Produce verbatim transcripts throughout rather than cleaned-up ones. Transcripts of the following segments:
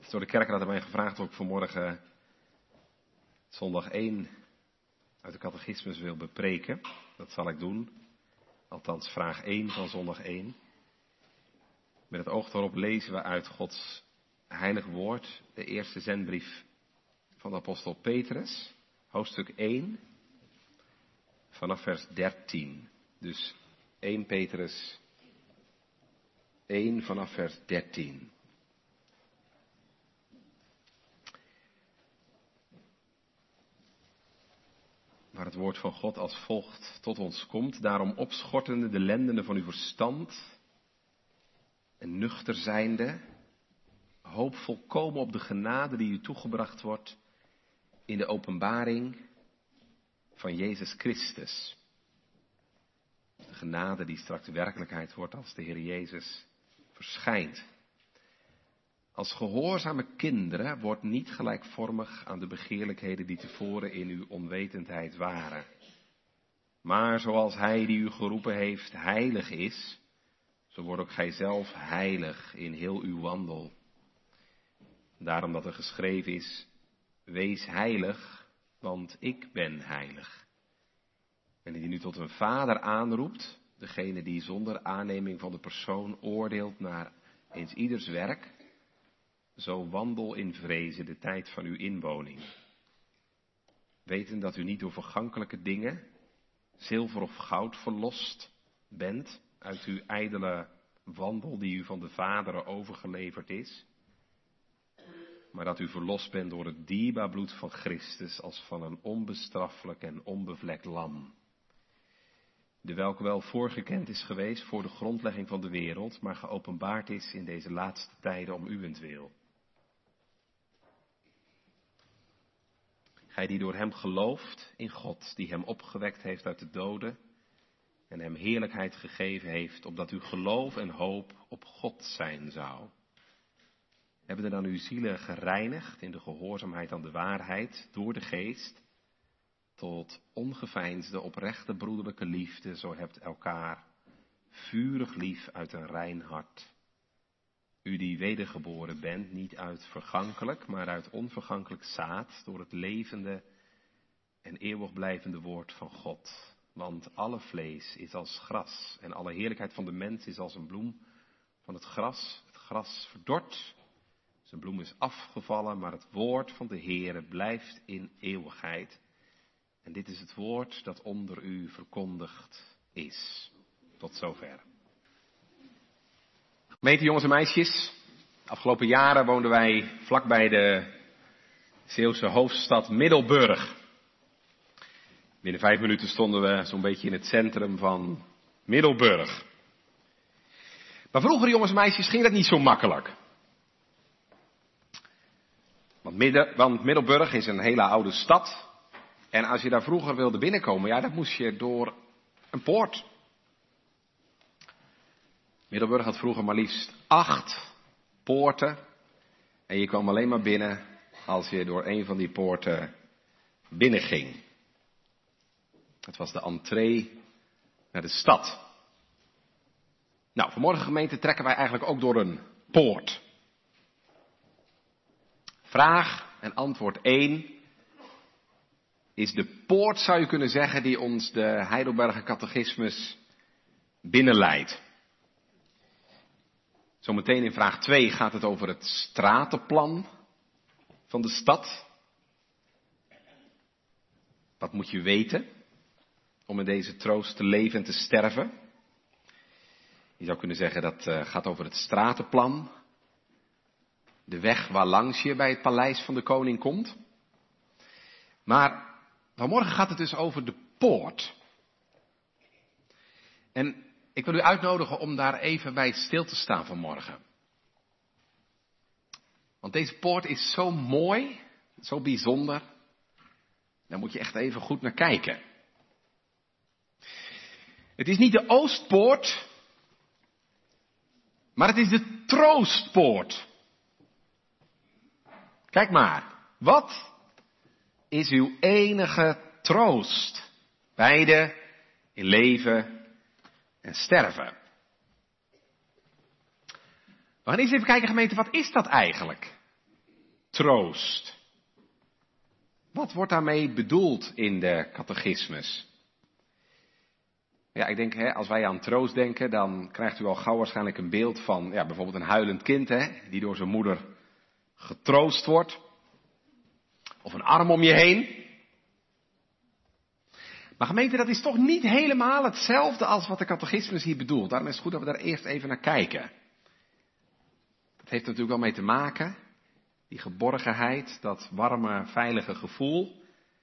is door de kerkraad aan mij gevraagd of ik vanmorgen zondag één uit de catechismus wil bepreken. Dat zal ik doen. Althans vraag één van zondag één. Met het oog daarop lezen we uit Gods heilig woord de eerste zendbrief van de apostel Petrus, hoofdstuk één, vanaf vers dertien. Dus één Petrus één vanaf vers dertien. Waar het woord van God als volgt tot ons komt. Daarom opschortende de lendenen van uw verstand en nuchter zijnde, hoop volkomen op de genade die u toegebracht wordt in de openbaring van Jezus Christus. De genade die straks werkelijkheid wordt als de Heer Jezus verschijnt. Als gehoorzame kinderen wordt niet gelijkvormig aan de begeerlijkheden die tevoren in uw onwetendheid waren. Maar zoals Hij die u geroepen heeft heilig is, zo wordt ook gij zelf heilig in heel uw wandel. Daarom dat er geschreven is, wees heilig, want ik ben heilig. En die nu tot een vader aanroept, degene die zonder aanneming van de persoon oordeelt naar eens ieders werk, zo wandel in vrezen de tijd van uw inwoning. Weten dat u niet door vergankelijke dingen, zilver of goud verlost bent uit uw ijdele wandel die u van de vaderen overgeleverd is, maar dat u verlost bent door het dierbaar bloed van Christus als van een onbestraffelijk en onbevlekt lam. De welke wel voorgekend is geweest voor de grondlegging van de wereld, maar geopenbaard is in deze laatste tijden om uwentwil. Gij die door hem gelooft in God, die hem opgewekt heeft uit de doden en hem heerlijkheid gegeven heeft, opdat uw geloof en hoop op God zijn zou. Hebben er dan uw zielen gereinigd in de gehoorzaamheid aan de waarheid door de geest, tot ongeveinsde oprechte broederlijke liefde, zo hebt elkaar vurig lief uit een rein hart. U die wedergeboren bent, niet uit vergankelijk, maar uit onvergankelijk zaad, door het levende en eeuwig blijvende woord van God. Want alle vlees is als gras en alle heerlijkheid van de mens is als een bloem van het gras. Het gras verdort, zijn bloem is afgevallen, maar het woord van de Heere blijft in eeuwigheid. En dit is het woord dat onder u verkondigd is. Tot zover. Gemeente jongens en meisjes, de afgelopen jaren woonden wij vlakbij de Zeeuwse hoofdstad Middelburg. Binnen vijf minuten stonden we zo'n beetje in het centrum van Middelburg. Maar vroeger jongens en meisjes ging dat niet zo makkelijk. Want, Midden, want Middelburg is een hele oude stad. En als je daar vroeger wilde binnenkomen, ja, dan moest je door een poort. Middelburg had vroeger maar liefst acht poorten. En je kwam alleen maar binnen als je door een van die poorten binnenging. Het was de entree naar de stad. Nou, vanmorgen gemeente trekken wij eigenlijk ook door een poort. Vraag en antwoord één is de poort, zou je kunnen zeggen, die ons de Heidelberger Catechismus binnenleidt. Zometeen in vraag twee gaat het over het stratenplan van de stad. Wat moet je weten om in deze troost te leven en te sterven? Je zou kunnen zeggen dat uh, gaat over het stratenplan. De weg waarlangs je bij het paleis van de koning komt. Maar vanmorgen gaat het dus over de poort. En ik wil u uitnodigen om daar even bij stil te staan vanmorgen. Want deze poort is zo mooi, zo bijzonder. Daar moet je echt even goed naar kijken. Het is niet de Oostpoort, maar het is de Troostpoort. Kijk maar, wat is uw enige troost? Beide in leven en sterven. We gaan eens even kijken, gemeente, wat is dat eigenlijk? troost. Wat wordt daarmee bedoeld in de catechismus? Ja, ik denk, hè, als wij aan troost denken, dan krijgt u al gauw waarschijnlijk een beeld van, ja, bijvoorbeeld een huilend kind, hè, die door zijn moeder getroost wordt. Of een arm om je heen. Maar gemeente, dat is toch niet helemaal hetzelfde als wat de catechismus hier bedoelt. Daarom is het goed dat we daar eerst even naar kijken. Dat heeft er natuurlijk wel mee te maken. Die geborgenheid, dat warme, veilige gevoel.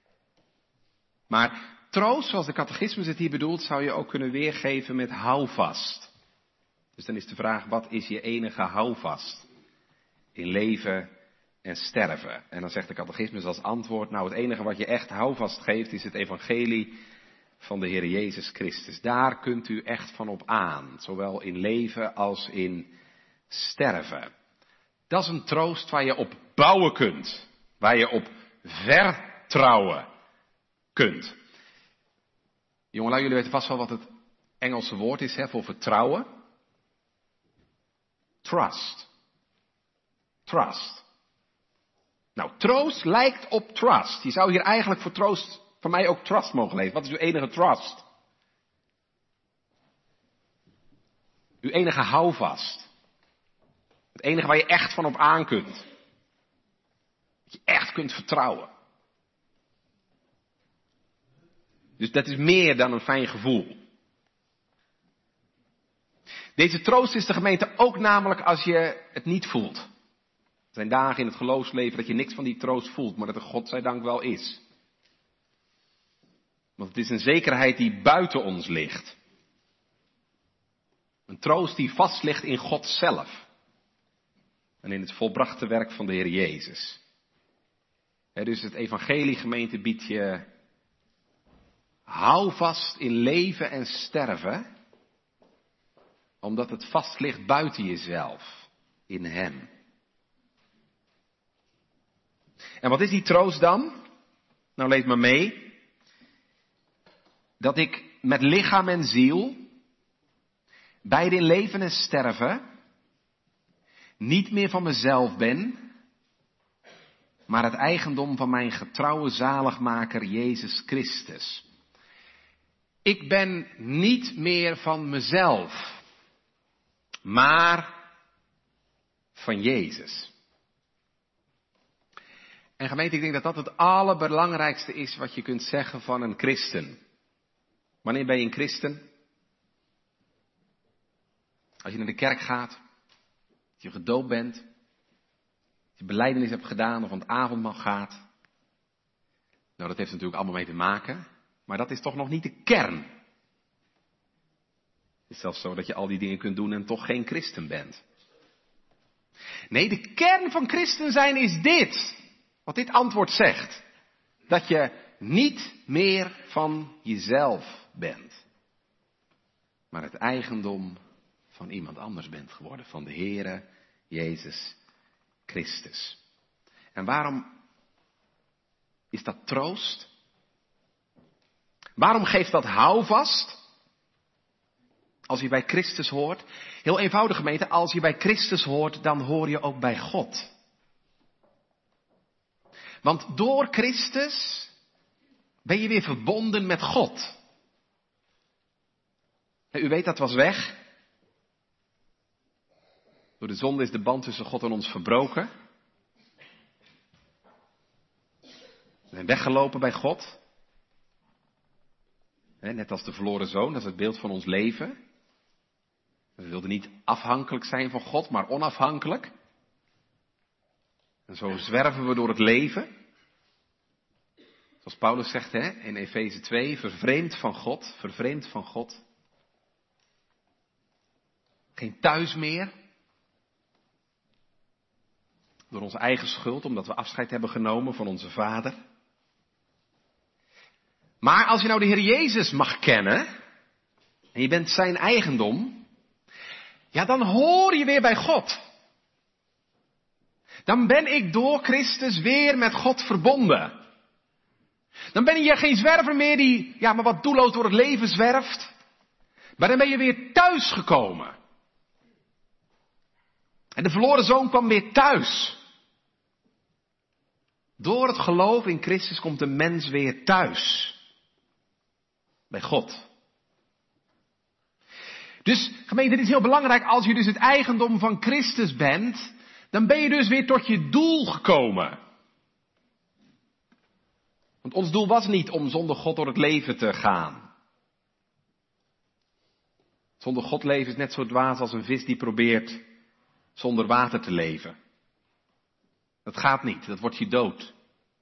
Maar troost, zoals de catechismus het hier bedoelt, zou je ook kunnen weergeven met houvast. Dus dan is de vraag, wat is je enige houvast in leven en sterven? En dan zegt de catechismus als antwoord, nou het enige wat je echt houvast geeft is het evangelie van de Heer Jezus Christus. Daar kunt u echt van op aan, zowel in leven als in sterven. Dat is een troost waar je op bouwen kunt, waar je op vertrouwen kunt. Jongelui, jullie weten vast wel wat het Engelse woord is, hè, voor vertrouwen. Trust. Trust. Nou, troost lijkt op trust. Je zou hier eigenlijk voor troost van mij ook trust mogen lezen. Wat is uw enige trust? Uw enige houvast. Het enige waar je echt van op aan kunt. Dat je echt kunt vertrouwen. Dus dat is meer dan een fijn gevoel. Deze troost is de gemeente ook namelijk als je het niet voelt. Er zijn dagen in het geloofsleven dat je niks van die troost voelt, maar dat er godzijdank wel is. Want het is een zekerheid die buiten ons ligt. Een troost die vast ligt in God zelf. En in het volbrachte werk van de Heer Jezus. He, dus het evangelie, gemeente, biedt je houvast in leven en sterven. Omdat het vast ligt buiten jezelf. In Hem. En wat is die troost dan? Nou, lees maar mee. Dat ik met lichaam en ziel, beide in leven en sterven, niet meer van mezelf ben, maar het eigendom van mijn getrouwe zaligmaker Jezus Christus. Ik ben niet meer van mezelf, maar van Jezus. En gemeente, ik denk dat dat het allerbelangrijkste is wat je kunt zeggen van een christen. Wanneer ben je een christen? Als je naar de kerk gaat, als je gedoopt bent, als je belijdenis hebt gedaan of aan het avondmaal gaat. Nou, dat heeft er natuurlijk allemaal mee te maken, maar dat is toch nog niet de kern. Het is zelfs zo dat je al die dingen kunt doen en toch geen christen bent. Nee, de kern van christen zijn is dit. Wat dit antwoord zegt. Dat je niet meer van jezelf bent. Maar het eigendom van iemand anders bent geworden. Van de Heere Jezus Christus. En waarom is dat troost? Waarom geeft dat houvast? Als je bij Christus hoort. Heel eenvoudig gemeente, als je bij Christus hoort, dan hoor je ook bij God. Want door Christus ben je weer verbonden met God. U weet, dat was weg. Door de zonde is de band tussen God en ons verbroken. We zijn weggelopen bij God. Net als de verloren zoon, dat is het beeld van ons leven. We wilden niet afhankelijk zijn van God, maar onafhankelijk. En zo zwerven we door het leven. Zoals Paulus zegt hè, in Efeze twee, vervreemd van God, vervreemd van God. Geen thuis meer. Door onze eigen schuld, omdat we afscheid hebben genomen van onze Vader. Maar als je nou de Heer Jezus mag kennen, en je bent zijn eigendom, ja, dan hoor je weer bij God. Dan ben ik door Christus weer met God verbonden. Dan ben je geen zwerver meer die, ja, maar wat doelloos door het leven zwerft. Maar dan ben je weer thuis gekomen. En de verloren zoon kwam weer thuis. Door het geloof in Christus komt de mens weer thuis. Bij God. Dus gemeente, dit is heel belangrijk. Als je dus het eigendom van Christus bent, dan ben je dus weer tot je doel gekomen. Want ons doel was niet om zonder God door het leven te gaan. Zonder God leven is net zo dwaas als een vis die probeert zonder water te leven. Dat gaat niet, dat wordt je dood.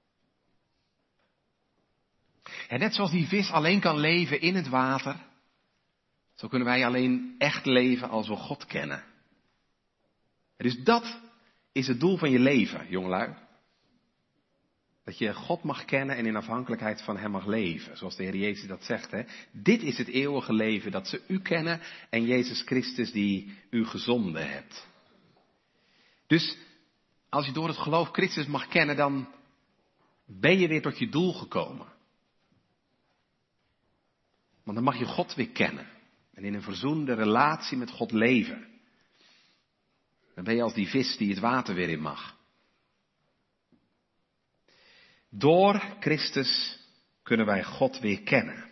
En net zoals die vis alleen kan leven in het water, zo kunnen wij alleen echt leven als we God kennen. Dus dat is het doel van je leven, jongelui. Dat je God mag kennen en in afhankelijkheid van Hem mag leven. Zoals de Heer Jezus dat zegt. Hè? Dit is het eeuwige leven, dat ze u kennen en Jezus Christus die u gezonden hebt. Dus als je door het geloof Christus mag kennen, dan ben je weer tot je doel gekomen. Want dan mag je God weer kennen. En in een verzoende relatie met God leven. Dan ben je als die vis die het water weer in mag. Door Christus kunnen wij God weer kennen.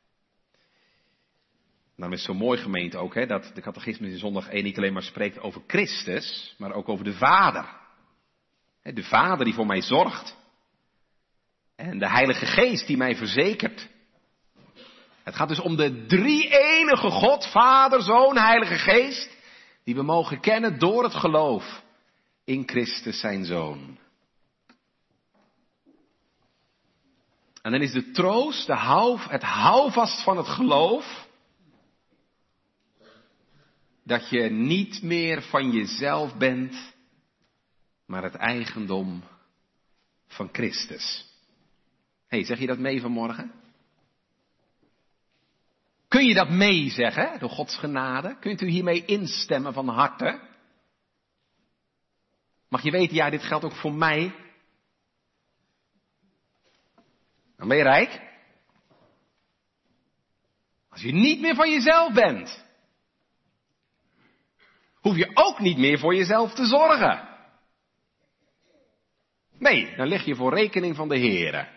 Nou is het zo mooi, gemeente, ook, hè, dat de catechismus in zondag één niet alleen maar spreekt over Christus, maar ook over de Vader. De Vader die voor mij zorgt. En de Heilige Geest die mij verzekert. Het gaat dus om de drie-enige God, Vader, Zoon, Heilige Geest, die we mogen kennen door het geloof in Christus zijn Zoon. En dan is de troost, de hou, het houvast van het geloof, dat je niet meer van jezelf bent, maar het eigendom van Christus. Hé, hey, zeg je dat mee vanmorgen? Kun je dat mee zeggen, door Gods genade? Kunt u hiermee instemmen van harte? Mag je weten, ja, dit geldt ook voor mij. Dan ben je rijk. Als je niet meer van jezelf bent, hoef je ook niet meer voor jezelf te zorgen. Nee, dan lig je voor rekening van de Heere.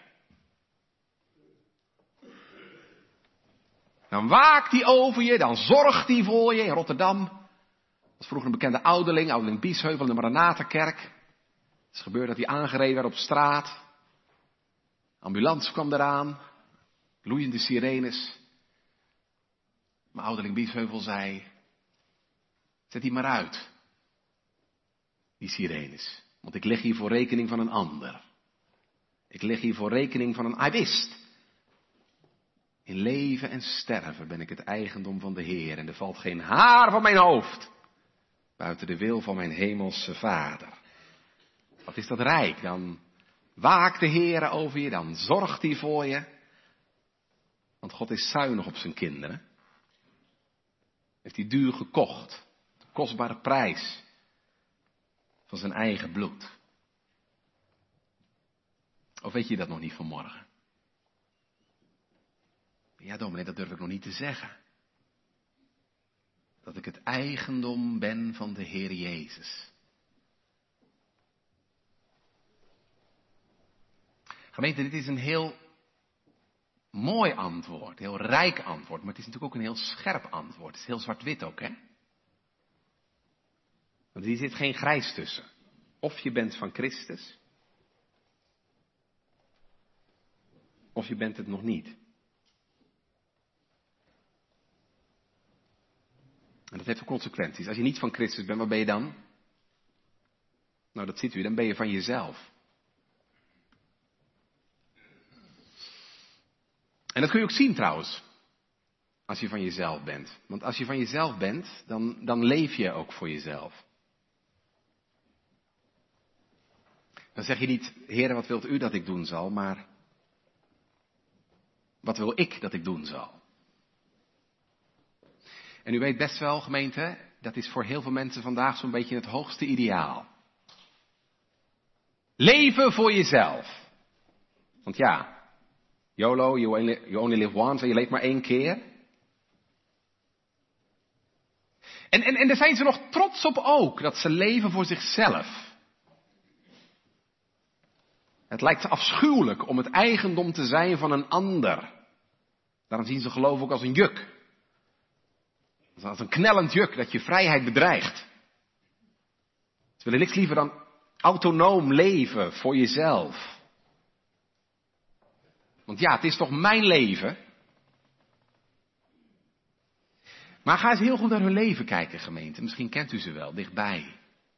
Dan waakt hij over je, dan zorgt hij voor je. In Rotterdam was vroeger een bekende ouderling, ouderling Biesheuvel in de Maranatenkerk. Het is gebeurd dat hij aangereden werd op straat. Ambulance kwam eraan, loeiende sirenes. Maar ouderling Biesheuvel zei, zet die maar uit, die sirenes. Want ik lig hier voor rekening van een ander. Ik lig hier voor rekening van een... Hij wist. In leven en sterven ben ik het eigendom van de Heer. En er valt geen haar van mijn hoofd buiten de wil van mijn hemelse Vader. Wat is dat rijk? Dan waakt de Heer over je, dan zorgt hij voor je. Want God is zuinig op zijn kinderen. Heeft hij duur gekocht. De kostbare prijs van zijn eigen bloed. Of weet je dat nog niet vanmorgen? Ja, dominee, dat durf ik nog niet te zeggen. Dat ik het eigendom ben van de Heer Jezus. Gemeente, dit is een heel mooi antwoord, heel rijk antwoord, maar het is natuurlijk ook een heel scherp antwoord. Het is heel zwart-wit ook, hè? Want hier zit geen grijs tussen. Of je bent van Christus, of je bent het nog niet. En dat heeft ook consequenties. Als je niet van Christus bent, waar ben je dan? Nou, dat ziet u, dan ben je van jezelf. En dat kun je ook zien trouwens, als je van jezelf bent. Want als je van jezelf bent, dan, dan leef je ook voor jezelf. Dan zeg je niet, Heere, wat wilt u dat ik doen zal, maar wat wil ik dat ik doen zal? En u weet best wel, gemeente, dat is voor heel veel mensen vandaag zo'n beetje het hoogste ideaal. Leven voor jezelf. Want ja, YOLO, you only, you only live once, en je leeft maar één keer. En, en, en daar zijn ze nog trots op ook, dat ze leven voor zichzelf. Het lijkt ze afschuwelijk om het eigendom te zijn van een ander. Daarom zien ze geloof ook als een juk. Als een knellend juk dat je vrijheid bedreigt. Ze willen niks liever dan autonoom leven voor jezelf. Want ja, het is toch mijn leven? Maar ga eens heel goed naar hun leven kijken, gemeente. Misschien kent u ze wel, dichtbij.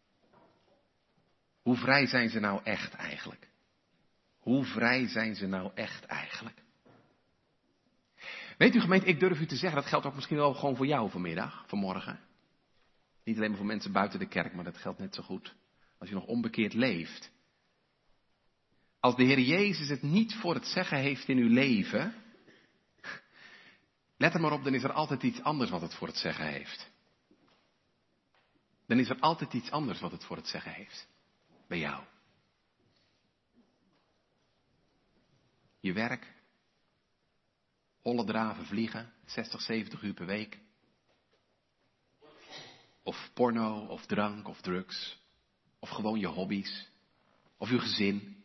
Hoe vrij zijn ze nou echt eigenlijk? Hoe vrij zijn ze nou echt eigenlijk? Weet u, gemeente, ik durf u te zeggen, dat geldt ook misschien wel gewoon voor jou vanmiddag, vanmorgen. Niet alleen maar voor mensen buiten de kerk, maar dat geldt net zo goed als je nog onbekeerd leeft. Als de Heer Jezus het niet voor het zeggen heeft in uw leven, let er maar op, dan is er altijd iets anders wat het voor het zeggen heeft. Dan is er altijd iets anders wat het voor het zeggen heeft. Bij jou. Je werk. Hollen draven vliegen. zestig, zeventig uur per week. Of porno, of drank, of drugs. Of gewoon je hobby's. Of je gezin.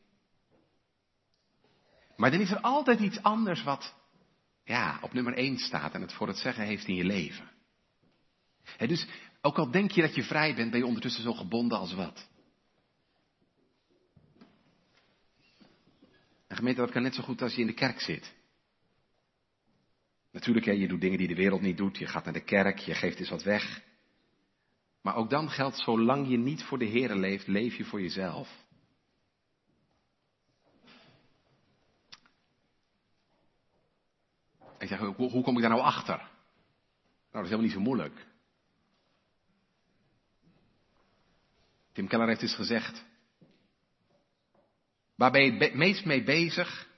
Maar dan is er altijd iets anders wat, ja, op nummer één staat en het voor het zeggen heeft in je leven. He, dus, ook al denk je dat je vrij bent, ben je ondertussen zo gebonden als wat. En gemeente, dat kan net zo goed als je in de kerk zit. Natuurlijk, hè, je doet dingen die de wereld niet doet. Je gaat naar de kerk, je geeft eens wat weg. Maar ook dan geldt, zolang je niet voor de Here leeft, leef je voor jezelf. En je zegt, hoe, hoe kom ik daar nou achter? Nou, dat is helemaal niet zo moeilijk. Tim Keller heeft eens gezegd, waar ben je het be- meest mee bezig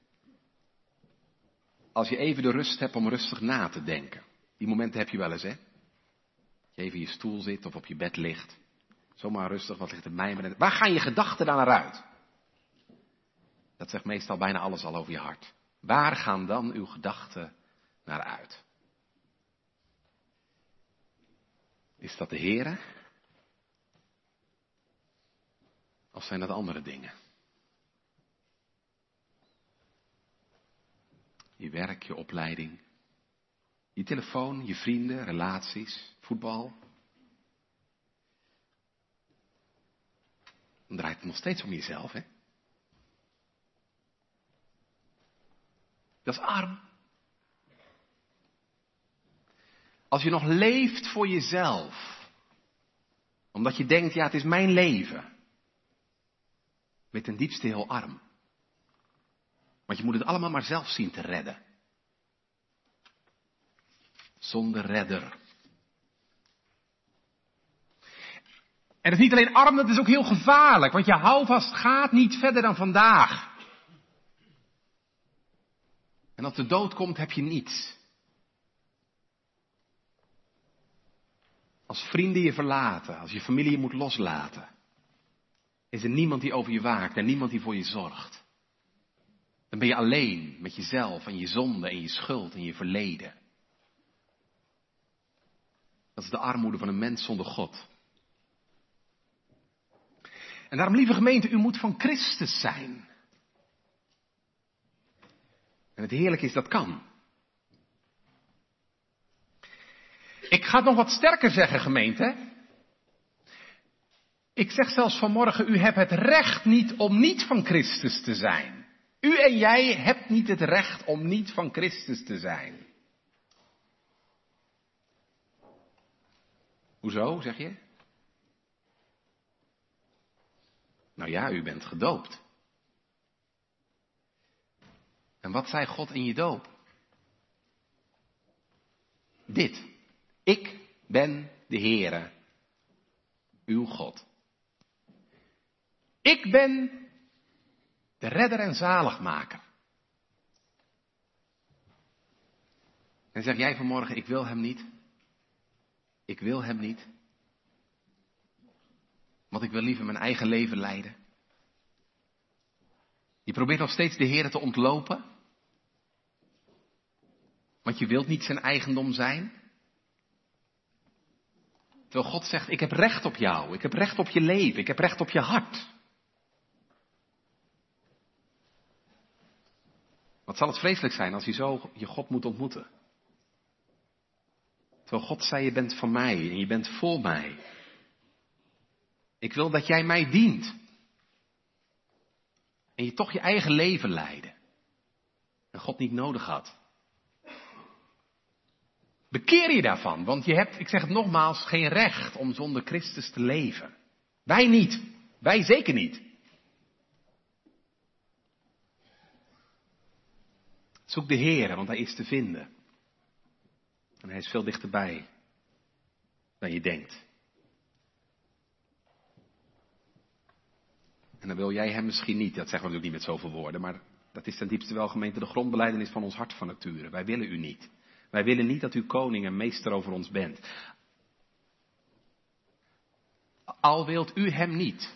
als je even de rust hebt om rustig na te denken? Die momenten heb je wel eens, hè? Dat je even in je stoel zit of op je bed ligt. Zomaar rustig, wat ligt er mij? Maar waar gaan je gedachten dan naar uit? Dat zegt meestal bijna alles al over je hart. Waar gaan dan uw gedachten naar uit? Is dat de Here? Of zijn dat andere dingen? Je werk, je opleiding, je telefoon, je vrienden, relaties, voetbal. Dan draait het nog steeds om jezelf, hè? Dat is arm. Als je nog leeft voor jezelf, omdat je denkt, ja, het is mijn leven, ben je ten diepste heel arm. Want je moet het allemaal maar zelf zien te redden. Zonder redder. En het is niet alleen arm, dat is ook heel gevaarlijk. Want je houvast gaat niet verder dan vandaag. En als de dood komt, heb je niets. Als vrienden je verlaten, als je familie je moet loslaten, is er niemand die over je waakt en niemand die voor je zorgt. Dan ben je alleen met jezelf en je zonde en je schuld en je verleden. Dat is de armoede van een mens zonder God. En daarom, lieve gemeente, u moet van Christus zijn. En het heerlijke is, dat kan. Ik ga het nog wat sterker zeggen, gemeente. Ik zeg zelfs vanmorgen, u hebt het recht niet om niet van Christus te zijn. U en jij hebt niet het recht om niet van Christus te zijn. Hoezo, zeg je? Nou ja, u bent gedoopt. En wat zei God in je doop? Dit. Ik ben de Heere, uw God. Ik ben de redder en zaligmaker. En zeg jij vanmorgen, ik wil hem niet. Ik wil hem niet. Want ik wil liever mijn eigen leven leiden. Je probeert nog steeds de Heere te ontlopen. Want je wilt niet zijn eigendom zijn. Terwijl God zegt, ik heb recht op jou. Ik heb recht op je leven. Ik heb recht op je hart. Wat zal het vreselijk zijn als je zo je God moet ontmoeten. Terwijl God zei, je bent van mij en je bent voor mij. Ik wil dat jij mij dient. En je toch je eigen leven leidde. En God niet nodig had. Bekeer je daarvan, want je hebt, ik zeg het nogmaals, geen recht om zonder Christus te leven. Wij niet. Wij zeker niet. Zoek de Heer, want Hij is te vinden. En Hij is veel dichterbij dan je denkt. En dan wil jij Hem misschien niet, dat zeggen we natuurlijk niet met zoveel woorden, maar dat is ten diepste wel, gemeente, de grondbelijdenis van ons hart van nature. Wij willen U niet. Wij willen niet dat U koning en meester over ons bent. Al wilt U Hem niet.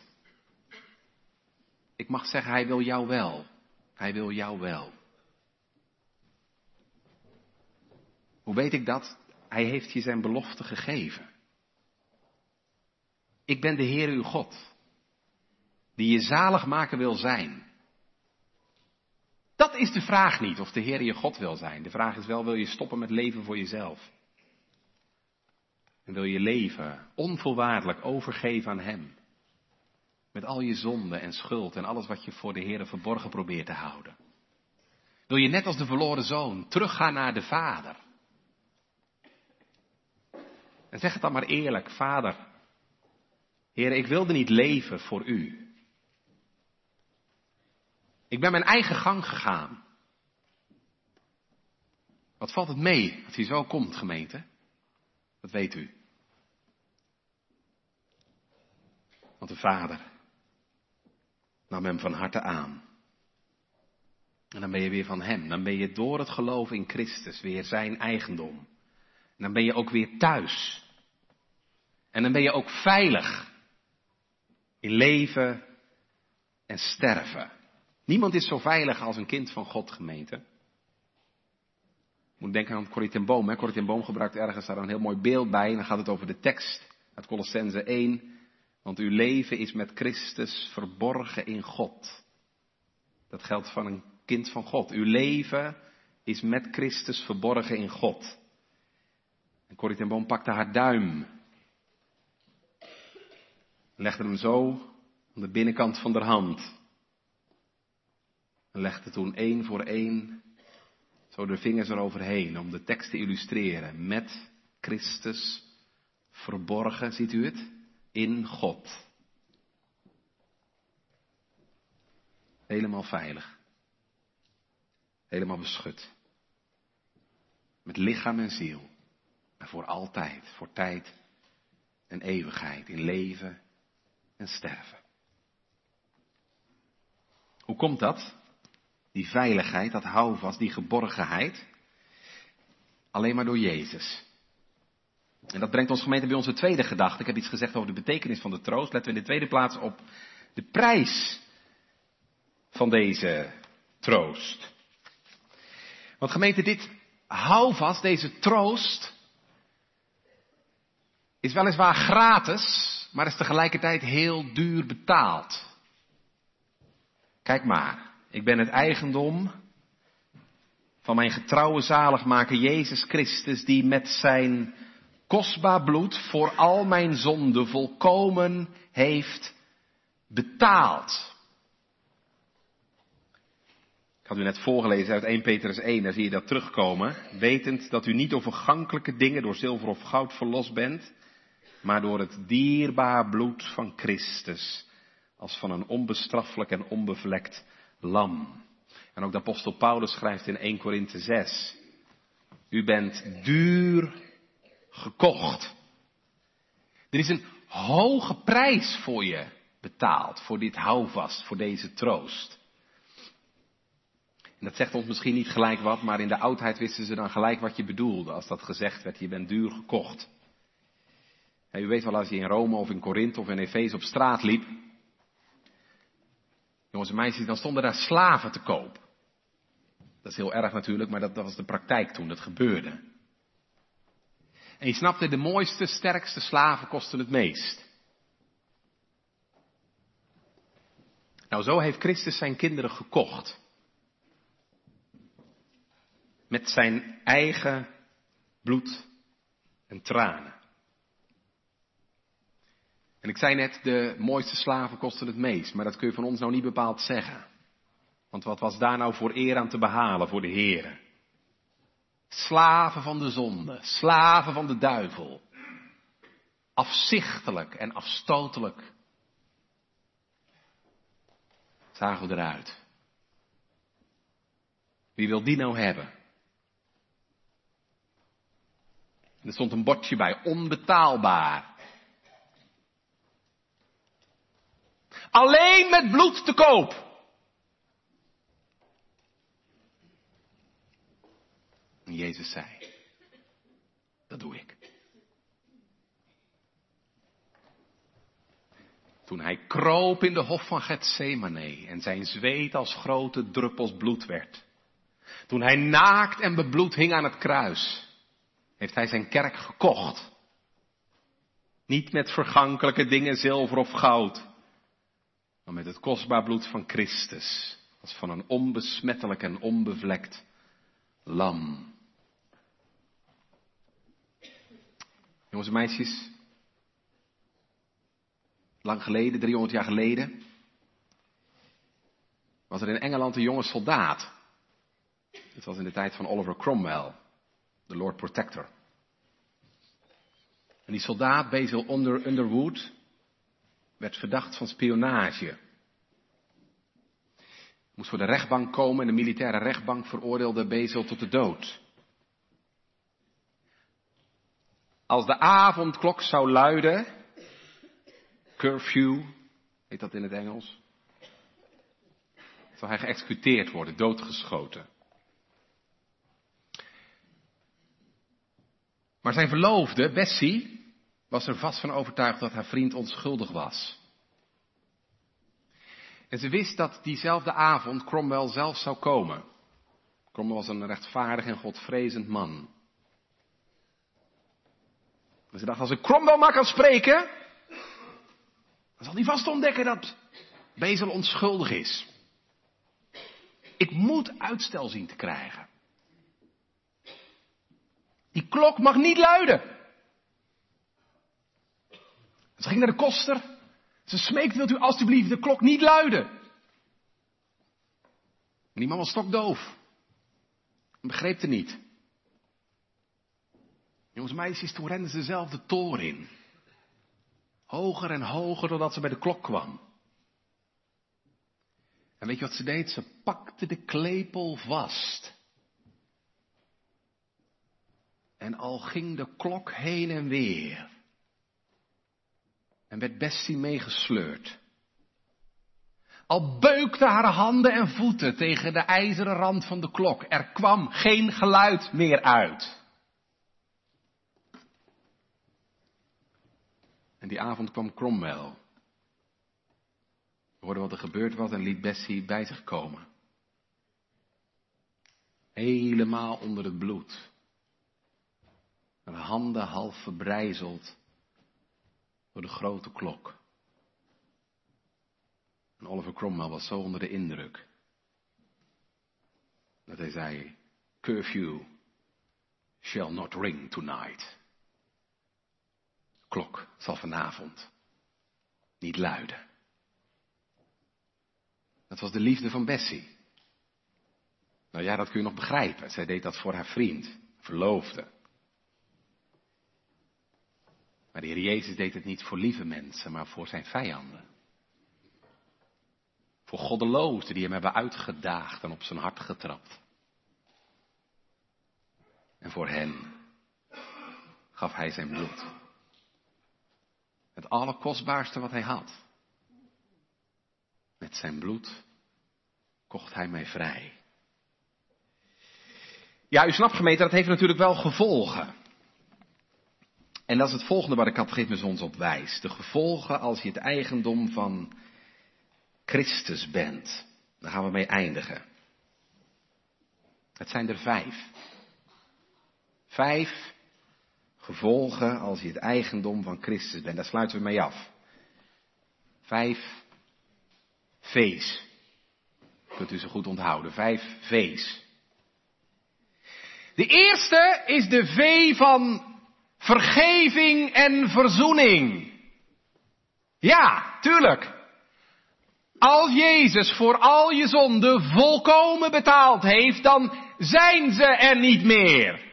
Ik mag zeggen, Hij wil jou wel. Hij wil jou wel. Hoe weet ik dat? Hij heeft je zijn belofte gegeven. Ik ben de Heer uw God, die je zalig maken wil zijn. Dat is de vraag niet, of de Heer je God wil zijn. De vraag is wel, wil je stoppen met leven voor jezelf? En wil je leven onvoorwaardelijk overgeven aan Hem? Met al je zonde en schuld en alles wat je voor de Heer verborgen probeert te houden. Wil je net als de verloren zoon teruggaan naar de Vader? En zeg het dan maar eerlijk, Vader, Heer, ik wilde niet leven voor U. Ik ben mijn eigen gang gegaan. Wat valt het mee als hij zo komt, gemeente? Dat weet u. Want de Vader nam hem van harte aan. En dan ben je weer van Hem. Dan ben je door het geloof in Christus weer zijn eigendom. En dan ben je ook weer thuis. En dan ben je ook veilig. In leven en sterven. Niemand is zo veilig als een kind van God, gemeente. Je moet denken aan Corrie ten Boom. Hè? Corrie ten Boom gebruikt ergens daar een heel mooi beeld bij. En dan gaat het over de tekst uit Kolossenzen één. Want uw leven is met Christus verborgen in God. Dat geldt van een kind van God. Uw leven is met Christus verborgen in God. En Corrie ten Boom pakte haar duim. En legde hem zo aan de binnenkant van haar hand. En legde toen één voor één zo de vingers eroverheen om de tekst te illustreren. Met Christus verborgen, ziet u het? In God. Helemaal veilig. Helemaal beschut. Met lichaam en ziel. En voor altijd, voor tijd en eeuwigheid. In leven en sterven. Hoe komt dat? Die veiligheid, dat houvast, die geborgenheid. Alleen maar door Jezus. En dat brengt ons, gemeente, bij onze tweede gedachte. Ik heb iets gezegd over de betekenis van de troost. Letten we in de tweede plaats op de prijs van deze troost. Want, gemeente, dit houvast, deze troost, is weliswaar gratis, maar is tegelijkertijd heel duur betaald. Kijk maar. Ik ben het eigendom van mijn getrouwe zaligmaker Jezus Christus, die met zijn kostbaar bloed voor al mijn zonden volkomen heeft betaald. Ik had u net voorgelezen uit eerste Petrus één, daar zie je dat terugkomen. Wetend dat u niet door vergankelijke dingen, door zilver of goud verlost bent, maar door het dierbaar bloed van Christus, als van een onbestraffelijk en onbevlekt lam. En ook de apostel Paulus schrijft in eerste Korinthe zes. U bent duur gekocht. Er is een hoge prijs voor je betaald. Voor dit houvast, voor deze troost. En dat zegt ons misschien niet gelijk wat, maar in de oudheid wisten ze dan gelijk wat je bedoelde. Als dat gezegd werd, je bent duur gekocht. En u weet wel, als je in Rome of in Korinthe of in Efeze op straat liep. Jongens en meisjes, dan stonden daar slaven te koop. Dat is heel erg natuurlijk, maar dat, dat was de praktijk toen, dat gebeurde. En je snapte, de mooiste, sterkste slaven kosten het meest. Nou, zo heeft Christus zijn kinderen gekocht. met zijn eigen bloed en tranen. En ik zei net, de mooiste slaven kosten het meest, maar dat kun je van ons nou niet bepaald zeggen. Want wat was daar nou voor eer aan te behalen voor de Heere? Slaven van de zonde, slaven van de duivel. Afzichtelijk en afstotelijk zagen we eruit. Wie wil die nou hebben? En er stond een bordje bij, onbetaalbaar. Alleen met bloed te koop. En Jezus zei, dat doe ik. Toen hij kroop in de hof van Getsemane en zijn zweet als grote druppels bloed werd. Toen hij naakt en bebloed hing aan het kruis, heeft hij zijn kerk gekocht. Niet met vergankelijke dingen, zilver of goud, maar met het kostbaar bloed van Christus, als van een onbesmettelijk en onbevlekt lam. Jongens en meisjes, lang geleden, driehonderd jaar geleden, was er in Engeland een jonge soldaat. Het was in de tijd van Oliver Cromwell, de Lord Protector. En die soldaat, Basil Under, Underwood, werd verdacht van spionage. Moest voor de rechtbank komen en de militaire rechtbank veroordeelde Basil tot de dood. Als de avondklok zou luiden, curfew, heet dat in het Engels, zou hij geëxecuteerd worden, doodgeschoten. Maar zijn verloofde, Bessie, was er vast van overtuigd dat haar vriend onschuldig was. En ze wist dat diezelfde avond Cromwell zelf zou komen. Cromwell was een rechtvaardig en godvrezend man. En ze dacht, als ik Cromwell maar kan spreken, dan zal hij vast ontdekken dat Basil onschuldig is. Ik moet uitstel zien te krijgen. Die klok mag niet luiden. Ze ging naar de koster. Ze smeekte, wilt u alstublieft de klok niet luiden? En die man was stokdoof. En begreep het niet. Jongens en meisjes, toen renden ze zelf de toren in. Hoger en hoger totdat ze bij de klok kwam. En weet je wat ze deed? Ze pakte de klepel vast. En al ging de klok heen en weer. En werd Bessie meegesleurd. Al beukten haar handen en voeten tegen de ijzeren rand van de klok. Er kwam geen geluid meer uit. En die avond kwam Cromwell. Hoorde wat er gebeurd was en liet Bessie bij zich komen. Helemaal onder het bloed. Haar handen half verbrijzeld door de grote klok. En Oliver Cromwell was zo onder de indruk dat hij zei, curfew shall not ring tonight. De klok zal vanavond niet luiden. Dat was de liefde van Bessie. Nou ja, dat kun je nog begrijpen. Zij deed dat voor haar vriend, verloofde. Maar de Heer Jezus deed het niet voor lieve mensen, maar voor zijn vijanden. Voor goddelozen die hem hebben uitgedaagd en op zijn hart getrapt. En voor hen gaf hij zijn bloed. Het allerkostbaarste wat hij had. Met zijn bloed kocht hij mij vrij. Ja, u snapt gemeente, dat heeft natuurlijk wel gevolgen. En dat is het volgende waar de catechismus ons op wijst. De gevolgen als je het eigendom van Christus bent. Daar gaan we mee eindigen. Het zijn er vijf. Vijf gevolgen als je het eigendom van Christus bent. Daar sluiten we mee af. Vijf V's. Kunt u ze goed onthouden. Vijf V's. De eerste is de V van vergeving en verzoening. Ja, tuurlijk. Als Jezus voor al je zonden volkomen betaald heeft, dan zijn ze er niet meer.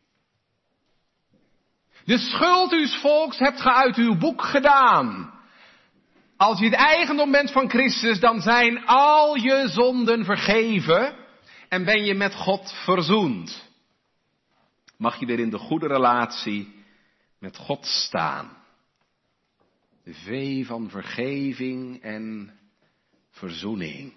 De schuld uws volks hebt ge uit uw boek gedaan. Als je het eigendom bent van Christus, dan zijn al je zonden vergeven en ben je met God verzoend. Mag je weer in de goede relatie met God staan. De V van vergeving en verzoening.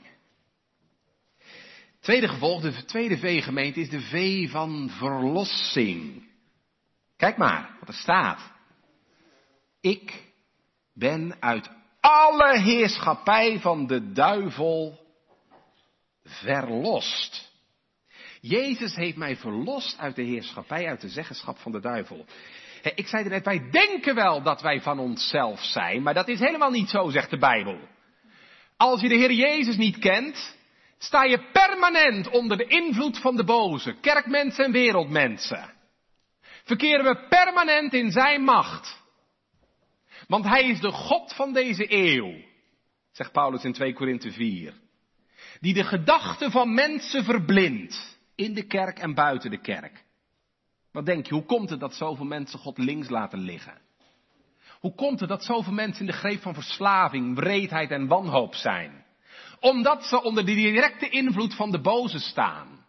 Tweede gevolg, de tweede V-gemeente, is de V van verlossing. Kijk maar wat er staat. Ik ben uit alle heerschappij van de duivel verlost. Jezus heeft mij verlost uit de heerschappij, uit de zeggenschap van de duivel. Ik zei er net, wij denken wel dat wij van onszelf zijn, maar dat is helemaal niet zo, zegt de Bijbel. Als je de Heer Jezus niet kent, sta je permanent onder de invloed van de boze, kerkmensen en wereldmensen. Verkeren we permanent in zijn macht. Want hij is de God van deze eeuw, zegt Paulus in twee Korinthe vier. Die de gedachten van mensen verblindt, in de kerk en buiten de kerk. Wat denk je, hoe komt het dat zoveel mensen God links laten liggen? Hoe komt het dat zoveel mensen in de greep van verslaving, wreedheid en wanhoop zijn? Omdat ze onder de directe invloed van de boze staan.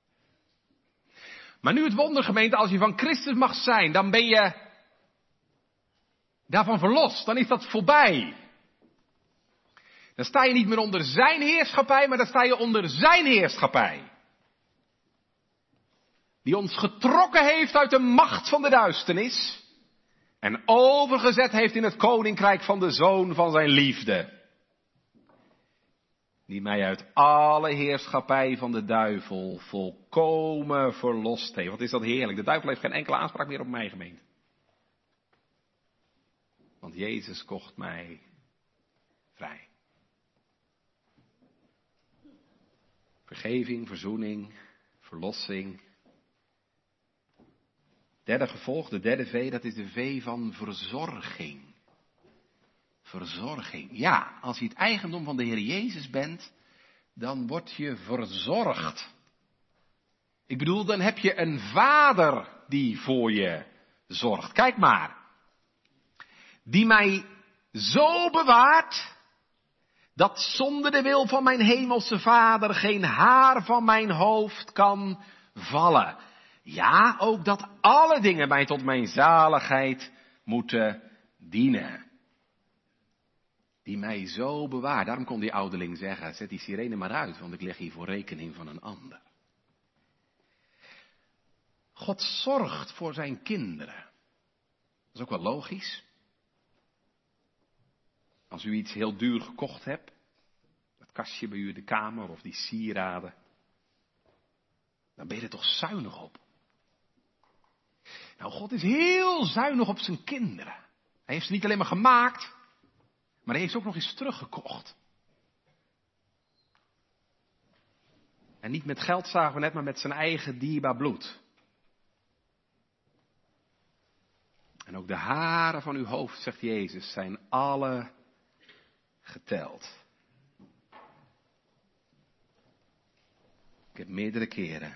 Maar nu het wonder, gemeente, als je van Christus mag zijn, dan ben je daarvan verlost. Dan is dat voorbij. Dan sta je niet meer onder zijn heerschappij, maar dan sta je onder zijn heerschappij. Die ons getrokken heeft uit de macht van de duisternis en overgezet heeft in het koninkrijk van de Zoon van zijn liefde. Die mij uit alle heerschappij van de duivel volkomen verlost heeft. Wat is dat heerlijk. De duivel heeft geen enkele aanspraak meer op mij, gemeente. Want Jezus kocht mij vrij. Vergeving, verzoening, verlossing. Derde gevolg, de derde V, dat is de V van verzorging. Verzorging. Ja, als je het eigendom van de Heer Jezus bent, dan word je verzorgd. Ik bedoel, dan heb je een vader die voor je zorgt. Kijk maar. Die mij zo bewaart, dat zonder de wil van mijn hemelse vader geen haar van mijn hoofd kan vallen. Ja, ook dat alle dingen mij tot mijn zaligheid moeten dienen. Die mij zo bewaart. Daarom kon die ouderling zeggen, zet die sirene maar uit, want ik leg hier voor rekening van een ander. God zorgt voor zijn kinderen. Dat is ook wel logisch. Als u iets heel duur gekocht hebt, dat kastje bij u in de kamer of die sieraden, dan ben je er toch zuinig op. Nou, God is heel zuinig op zijn kinderen. Hij heeft ze niet alleen maar gemaakt, maar hij heeft ze ook nog eens teruggekocht. En niet met geld, zagen we net, maar met zijn eigen dierbaar bloed. En ook de haren van uw hoofd, zegt Jezus, zijn alle geteld. Ik heb meerdere keren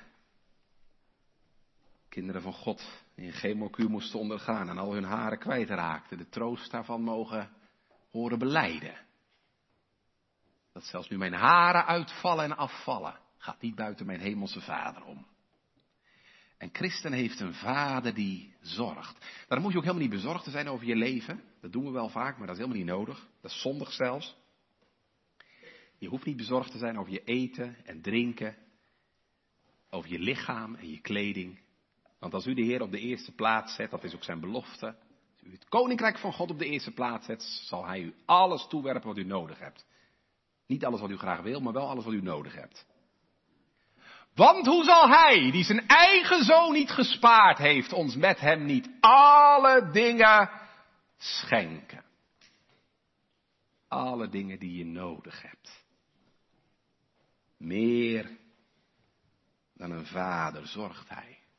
kinderen van God die een chemokuur moesten ondergaan en al hun haren kwijtraakten, de troost daarvan mogen horen belijden. Dat zelfs nu mijn haren uitvallen en afvallen, gaat niet buiten mijn hemelse Vader om. En Christen heeft een vader die zorgt. Daarom moet je ook helemaal niet bezorgd zijn over je leven. Dat doen we wel vaak, maar dat is helemaal niet nodig. Dat is zondig zelfs. Je hoeft niet bezorgd te zijn over je eten en drinken. Over je lichaam en je kleding. Want als u de Heer op de eerste plaats zet, dat is ook zijn belofte. Als u het koninkrijk van God op de eerste plaats zet, zal hij u alles toewerpen wat u nodig hebt. Niet alles wat u graag wil, maar wel alles wat u nodig hebt. Want hoe zal hij, die zijn eigen zoon niet gespaard heeft, ons met hem niet alle dingen schenken? Alle dingen die je nodig hebt. Meer dan een vader zorgt hij.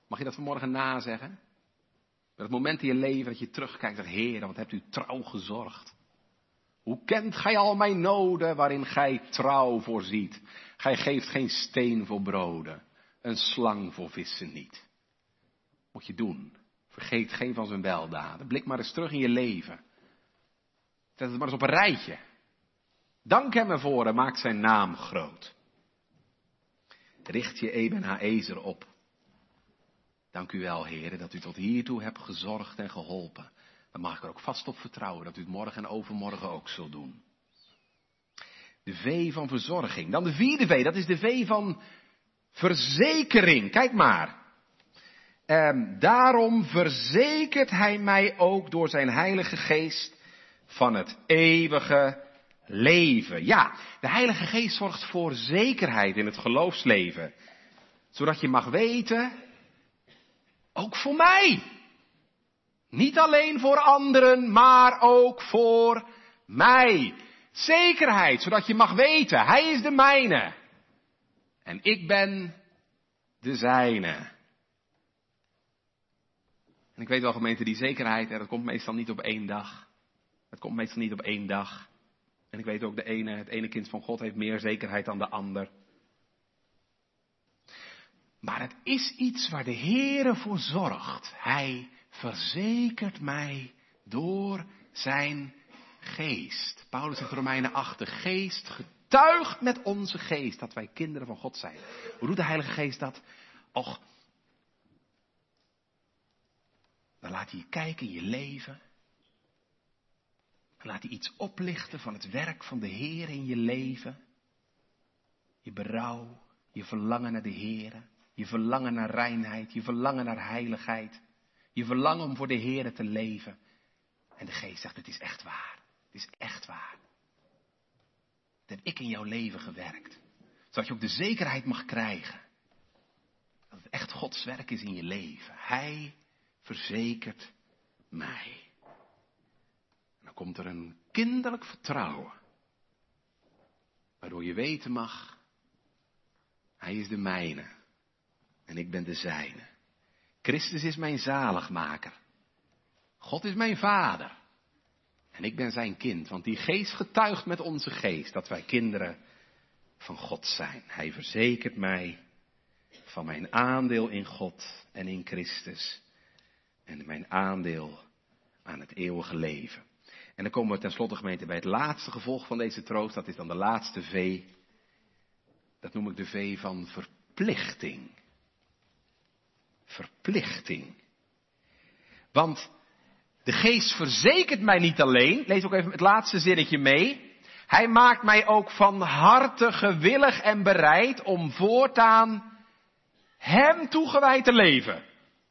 Mag je dat vanmorgen nazeggen? Met het moment in je leven dat je terugkijkt en zegt, Heer, wat hebt u trouw gezorgd. Hoe kent gij al mijn noden waarin gij trouw voorziet? Gij geeft geen steen voor broden, een slang voor vissen niet. Moet je doen. Vergeet geen van zijn weldaden. Blik maar eens terug in je leven. Zet het maar eens op een rijtje. Dank hem ervoor en maak zijn naam groot. Richt je Eben Haezer op. Dank u wel, heren, dat u tot hiertoe hebt gezorgd en geholpen. Dan mag ik er ook vast op vertrouwen dat u het morgen en overmorgen ook zult doen. De V van verzorging. Dan de vierde V, dat is de V van verzekering. Kijk maar. En daarom verzekert hij mij ook door zijn Heilige Geest van het eeuwige leven. Ja, de Heilige Geest zorgt voor zekerheid in het geloofsleven. Zodat je mag weten, ook voor mij. Niet alleen voor anderen, maar ook voor mij. Zekerheid, zodat je mag weten, hij is de mijne. En ik ben de zijne. En ik weet wel, gemeente, die zekerheid, dat komt meestal niet op één dag. Het komt meestal niet op één dag. En ik weet ook, de ene, het ene kind van God heeft meer zekerheid dan de ander. Maar het is iets waar de Heere voor zorgt. Hij verzekert mij door zijn geest. Paulus zegt in Romeinen acht, de geest getuigt met onze geest dat wij kinderen van God zijn. Hoe doet de Heilige Geest dat? Och, dan laat hij je kijken in je leven. Dan laat hij iets oplichten van het werk van de Heer in je leven. Je berouw, je verlangen naar de Heer. Je verlangen naar reinheid, je verlangen naar heiligheid. Je verlangen om voor de Heer te leven. En de Geest zegt, het is echt waar. Het is echt waar. Dat heb ik in jouw leven gewerkt. Zodat je ook de zekerheid mag krijgen. Dat het echt Gods werk is in je leven. Hij verzekert mij. En dan komt er een kinderlijk vertrouwen. Waardoor je weten mag, hij is de mijne. En ik ben de zijne. Christus is mijn zaligmaker. God is mijn vader. En ik ben zijn kind. Want die geest getuigt met onze geest dat wij kinderen van God zijn. Hij verzekert mij van mijn aandeel in God en in Christus. En mijn aandeel aan het eeuwige leven. En dan komen we tenslotte, gemeente, bij het laatste gevolg van deze troost. Dat is dan de laatste V. Dat noem ik de V van verplichting. Verplichting. Want de geest verzekert mij niet alleen. Lees ook even het laatste zinnetje mee. Hij maakt mij ook van harte gewillig en bereid om voortaan hem toegewijd te leven.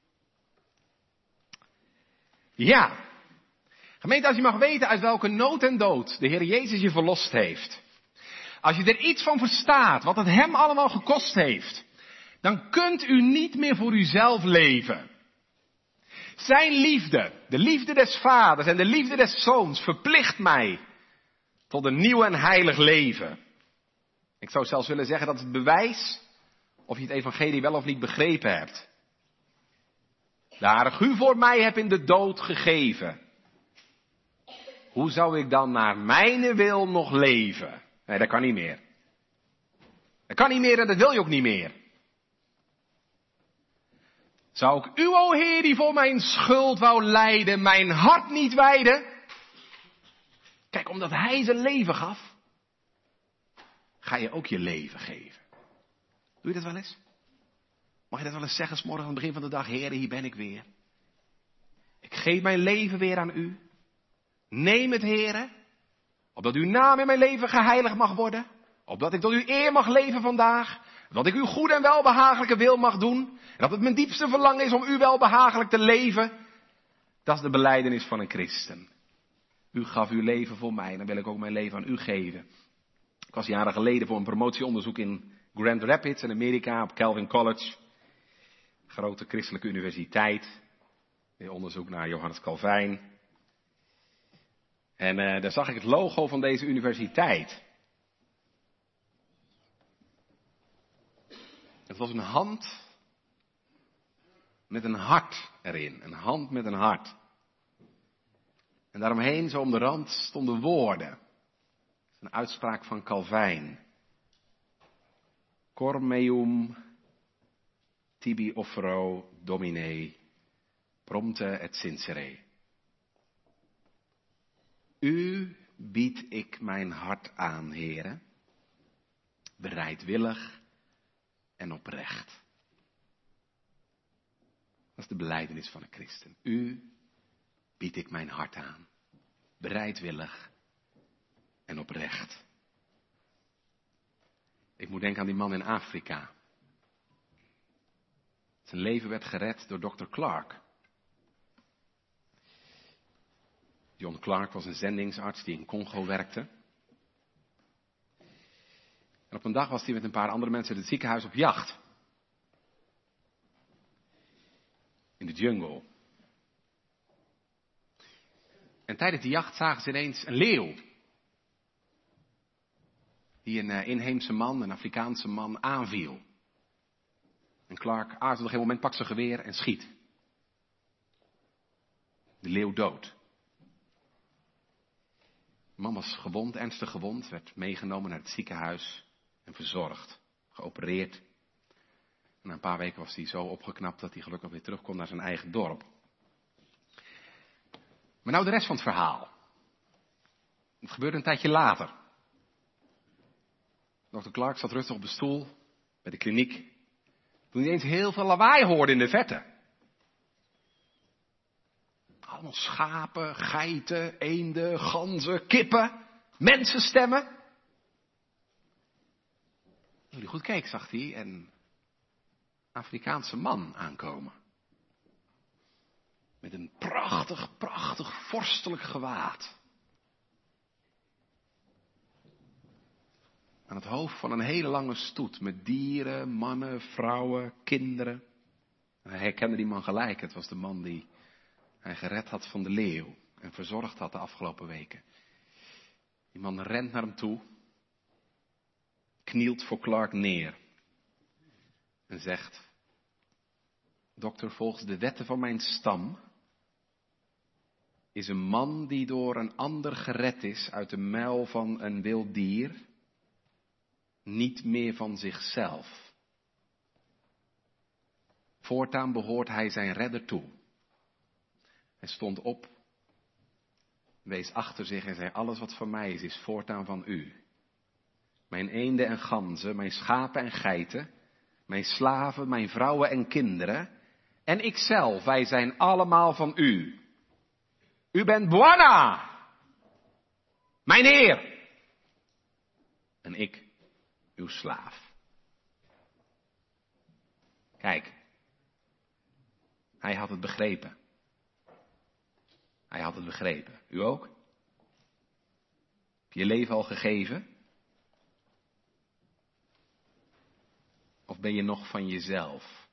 Ja. Gemeente, als je mag weten uit welke nood en dood de Heer Jezus je verlost heeft. Als je er iets van verstaat, wat het hem allemaal gekost heeft. Dan kunt u niet meer voor uzelf leven. Zijn liefde, de liefde des vaders en de liefde des zoons verplicht mij tot een nieuw en heilig leven. Ik zou zelfs willen zeggen dat het bewijs of je het evangelie wel of niet begrepen hebt. De Heilige u voor mij hebt in de dood gegeven. Hoe zou ik dan naar mijn wil nog leven? Nee, dat kan niet meer. Dat kan niet meer en dat wil je ook niet meer. Zou ik u, o Heer, die voor mijn schuld wou lijden, mijn hart niet wijden? Kijk, omdat hij zijn leven gaf, ga je ook je leven geven. Doe je dat wel eens? Mag je dat wel eens zeggen, 's morgen aan het begin van de dag, Heer, hier ben ik weer. Ik geef mijn leven weer aan u. Neem het, Heer, opdat uw naam in mijn leven geheiligd mag worden. Opdat ik tot uw eer mag leven vandaag. Dat ik uw goede en welbehagelijke wil mag doen. En dat het mijn diepste verlangen is om u welbehagelijk te leven. Dat is de belijdenis van een christen. U gaf uw leven voor mij en dan wil ik ook mijn leven aan u geven. Ik was jaren geleden voor een promotieonderzoek in Grand Rapids in Amerika op Calvin College. Grote christelijke universiteit. Een onderzoek naar Johannes Calvijn. En uh, daar zag ik het logo van deze universiteit. Het was een hand met een hart erin. Een hand met een hart. En daaromheen, zo om de rand, stonden woorden. Dat is een uitspraak van Calvijn. Cor meum tibi offero domine prompte et sincere. U bied ik mijn hart aan, Heere, bereidwillig en oprecht. Dat is de belijdenis van een christen. U bied ik mijn hart aan, bereidwillig en oprecht. Ik moet denken aan die man in Afrika. Zijn leven werd gered door dokter Clark. John Clark was een zendingsarts die in Congo werkte. En op een dag was hij met een paar andere mensen in het ziekenhuis op jacht. In de jungle. En tijdens die jacht zagen ze ineens een leeuw. Die een uh, inheemse man, een Afrikaanse man, aanviel. En Clark aarzelde geen moment, pakt zijn geweer en schiet. De leeuw dood. De man was gewond, ernstig gewond, werd meegenomen naar het ziekenhuis en verzorgd, geopereerd. En na een paar weken was hij zo opgeknapt dat hij gelukkig weer terug kon naar zijn eigen dorp. Maar nou de rest van het verhaal. Het gebeurde een tijdje later. dokter Clark zat rustig op de stoel bij de kliniek. Toen hij eens heel veel lawaai hoorde in de verte. Allemaal schapen, geiten, eenden, ganzen, kippen, mensenstemmen. Toen hij goed keek, zag hij een Afrikaanse man aankomen. Met een prachtig, prachtig vorstelijk gewaad. Aan het hoofd van een hele lange stoet met dieren, mannen, vrouwen, kinderen. En hij herkende die man gelijk. Het was de man die hij gered had van de leeuw en verzorgd had de afgelopen weken. Die man rent naar hem toe, knielt voor Clark neer en zegt: dokter, volgens de wetten van mijn stam is een man die door een ander gered is uit de muil van een wild dier niet meer van zichzelf. Voortaan behoort hij zijn redder toe. Hij stond op, wees achter zich en zei: alles wat van mij is, is voortaan van u. Mijn eenden en ganzen, mijn schapen en geiten, mijn slaven, mijn vrouwen en kinderen en ikzelf, wij zijn allemaal van u. U bent Bwana, mijn Heer. En ik, uw slaaf. Kijk, hij had het begrepen. Hij had het begrepen. U ook? Heb je je leven al gegeven? Of ben je nog van jezelf?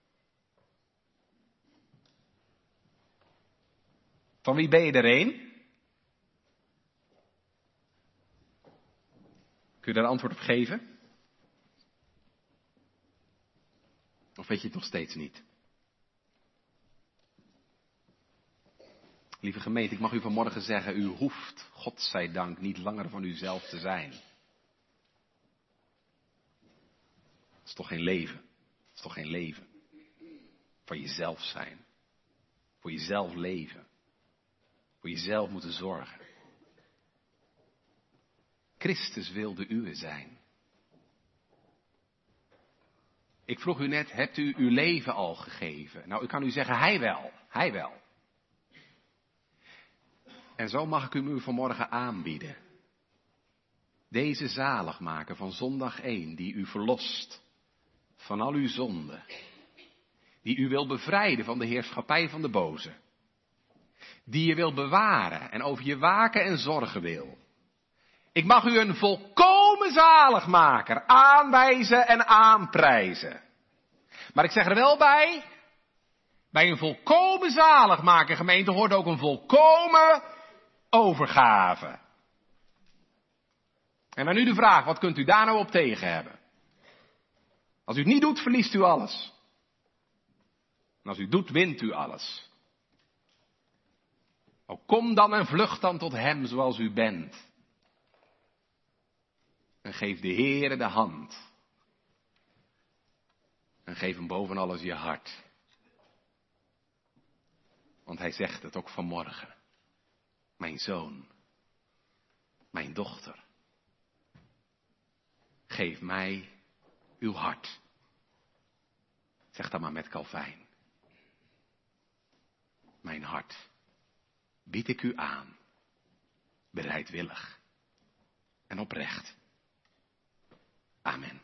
Van wie ben je er een? Kun je daar antwoord op geven? Of weet je het nog steeds niet? Lieve gemeente, ik mag u vanmorgen zeggen, u hoeft, godzijdank, niet langer van uzelf te zijn. Dat is toch geen leven? Dat is toch geen leven? Van jezelf zijn. Voor jezelf leven. Voor jezelf moeten zorgen. Christus wil de uwe zijn. Ik vroeg u net, hebt u uw leven al gegeven? Nou, ik kan u zeggen, hij wel. Hij wel. En zo mag ik u vanmorgen aanbieden. Deze zaligmaker van zondag één, die u verlost van al uw zonden. Die u wil bevrijden van de heerschappij van de boze. Die je wil bewaren en over je waken en zorgen wil. Ik mag u een volkomen zaligmaker aanwijzen en aanprijzen. Maar ik zeg er wel bij, bij een volkomen zaligmaker, gemeente, hoort ook een volkomen overgave. En dan nu de vraag, wat kunt u daar nou op tegen hebben? Als u het niet doet, verliest u alles. En als u doet, wint u alles. O, kom dan en vlucht dan tot hem zoals u bent. En geef de Heere de hand. En geef hem boven alles je hart. Want hij zegt het ook vanmorgen. Mijn zoon, mijn dochter, geef mij uw hart. Zeg dat maar met Calvijn. Mijn hart bied ik u aan, bereidwillig en oprecht. Amen.